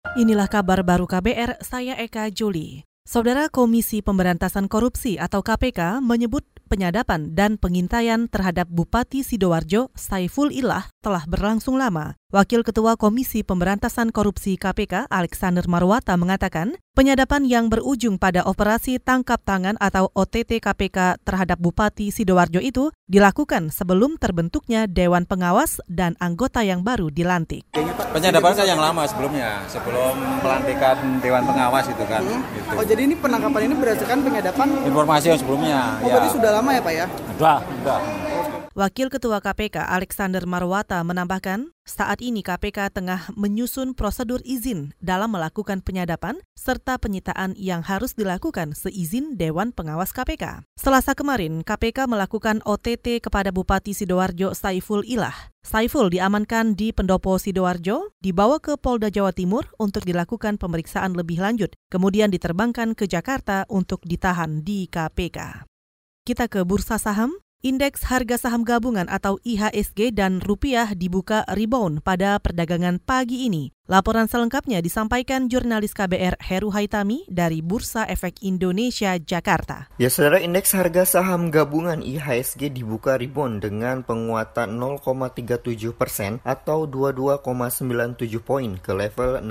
Inilah kabar baru KBR, saya Eka Juli. Saudara Komisi Pemberantasan Korupsi atau KPK menyebut penyadapan dan pengintaian terhadap Bupati Sidoarjo Saiful Ilah telah berlangsung lama. Wakil Ketua Komisi Pemberantasan Korupsi KPK Alexander Marwata mengatakan penyadapan yang berujung pada operasi tangkap tangan atau OTT KPK terhadap Bupati Sidoarjo itu dilakukan sebelum terbentuknya Dewan Pengawas dan anggota yang baru dilantik. Penyadapan kan yang lama sebelum pelantikan Dewan Pengawas itu kan. Gitu. Oh, jadi ini penangkapan ini berdasarkan penyadapan informasi yang sebelumnya. Berarti sudah lama ya Pak ya? Sudah. Wakil Ketua KPK Alexander Marwata menambahkan, saat ini KPK tengah menyusun prosedur izin dalam melakukan penyadapan serta penyitaan yang harus dilakukan seizin Dewan Pengawas KPK. Selasa kemarin, KPK melakukan OTT kepada Bupati Sidoarjo Saiful Ilah. Saiful diamankan di Pendopo Sidoarjo, dibawa ke Polda Jawa Timur untuk dilakukan pemeriksaan lebih lanjut, kemudian diterbangkan ke Jakarta untuk ditahan di KPK. Kita ke bursa saham. Indeks harga saham gabungan atau IHSG dan rupiah dibuka rebound pada perdagangan pagi ini. Laporan selengkapnya disampaikan jurnalis KBR Heru Haitami dari Bursa Efek Indonesia, Jakarta. Ya, saudara, indeks harga saham gabungan IHSG dibuka rebound dengan penguatan 0,37% atau 22,97 poin ke level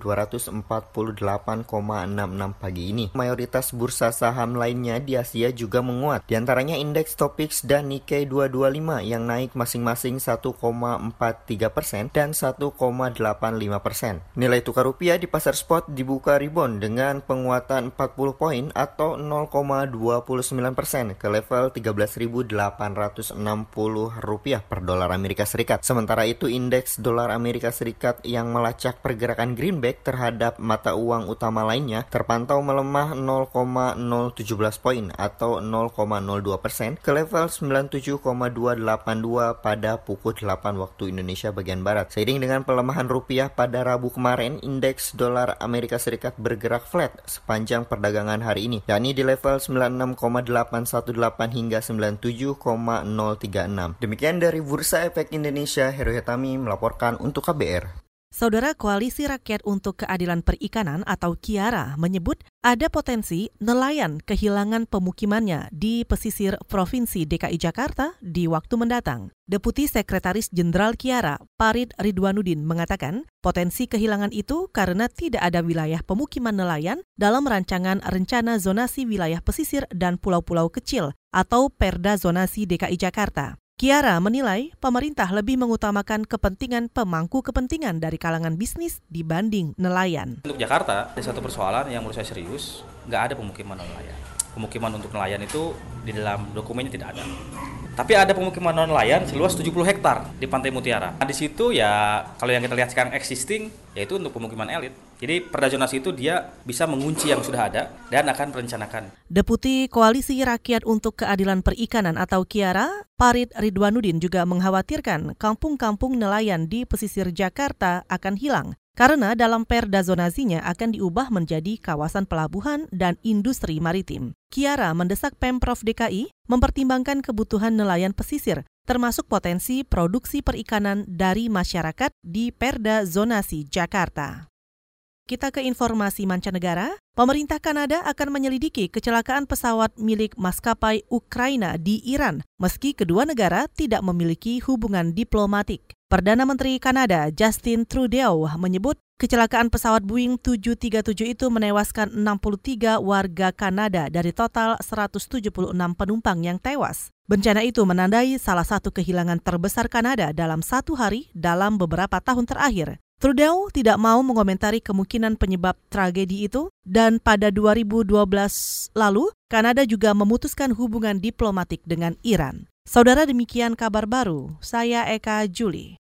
6.248,66 pagi ini. Mayoritas bursa saham lainnya di Asia juga menguat. Di antaranya indeks Topix dan Nikkei 225 yang naik masing-masing 1,43% dan 1,85%. Nilai tukar rupiah di pasar spot dibuka rebound dengan penguatan 40 poin atau 0,29% ke level 13.860 rupiah per dolar Amerika Serikat. Sementara itu indeks dolar Amerika Serikat yang melacak pergerakan greenback terhadap mata uang utama lainnya terpantau melemah 0,017 poin atau 0,02% ke level 97,282 pada pukul 8 waktu Indonesia bagian Barat. Seiring dengan pelemahan rupiah pada Rabu kemarin, indeks dolar Amerika Serikat bergerak flat sepanjang perdagangan hari ini, yakni di level 96,818 hingga 97,036. Demikian dari Bursa Efek Indonesia, Heru Haitami melaporkan untuk KBR. Saudara, Koalisi Rakyat untuk Keadilan Perikanan atau KIARA menyebut ada potensi nelayan kehilangan pemukimannya di pesisir Provinsi DKI Jakarta di waktu mendatang. Deputi Sekretaris Jenderal KIARA, Farid Ridwanudin, mengatakan potensi kehilangan itu karena tidak ada wilayah pemukiman nelayan dalam rancangan Rencana Zonasi Wilayah Pesisir dan Pulau-Pulau Kecil atau Perda Zonasi DKI Jakarta. KIARA menilai pemerintah lebih mengutamakan kepentingan pemangku kepentingan dari kalangan bisnis dibanding nelayan. Untuk Jakarta, ada satu persoalan yang menurut saya serius, nggak ada pemukiman nelayan. Pemukiman untuk nelayan itu di dalam dokumennya tidak ada. Tapi ada pemukiman non-nelayan seluas 70 hektar di Pantai Mutiara. Nah, di situ ya kalau yang kita lihat sekarang existing, yaitu untuk pemukiman elit. Jadi perda zonasi itu dia bisa mengunci yang sudah ada dan akan merencanakan. Deputi Koalisi Rakyat untuk Keadilan Perikanan atau KIARA, Farid Ridwanudin juga mengkhawatirkan kampung-kampung nelayan di pesisir Jakarta akan hilang. Karena dalam perda zonasinya akan diubah menjadi kawasan pelabuhan dan industri maritim. KIARA mendesak Pemprov DKI mempertimbangkan kebutuhan nelayan pesisir, termasuk potensi produksi perikanan dari masyarakat di perda zonasi Jakarta. Kita ke informasi mancanegara. Pemerintah Kanada akan menyelidiki kecelakaan pesawat milik maskapai Ukraina di Iran, meski kedua negara tidak memiliki hubungan diplomatik. Perdana Menteri Kanada Justin Trudeau menyebut kecelakaan pesawat Boeing 737 itu menewaskan 63 warga Kanada dari total 176 penumpang yang tewas. Bencana itu menandai salah satu kehilangan terbesar Kanada dalam satu hari dalam beberapa tahun terakhir. Trudeau tidak mau mengomentari kemungkinan penyebab tragedi itu dan pada 2012 lalu, Kanada juga memutuskan hubungan diplomatik dengan Iran. Saudara, demikian kabar baru. Saya Eka Juli.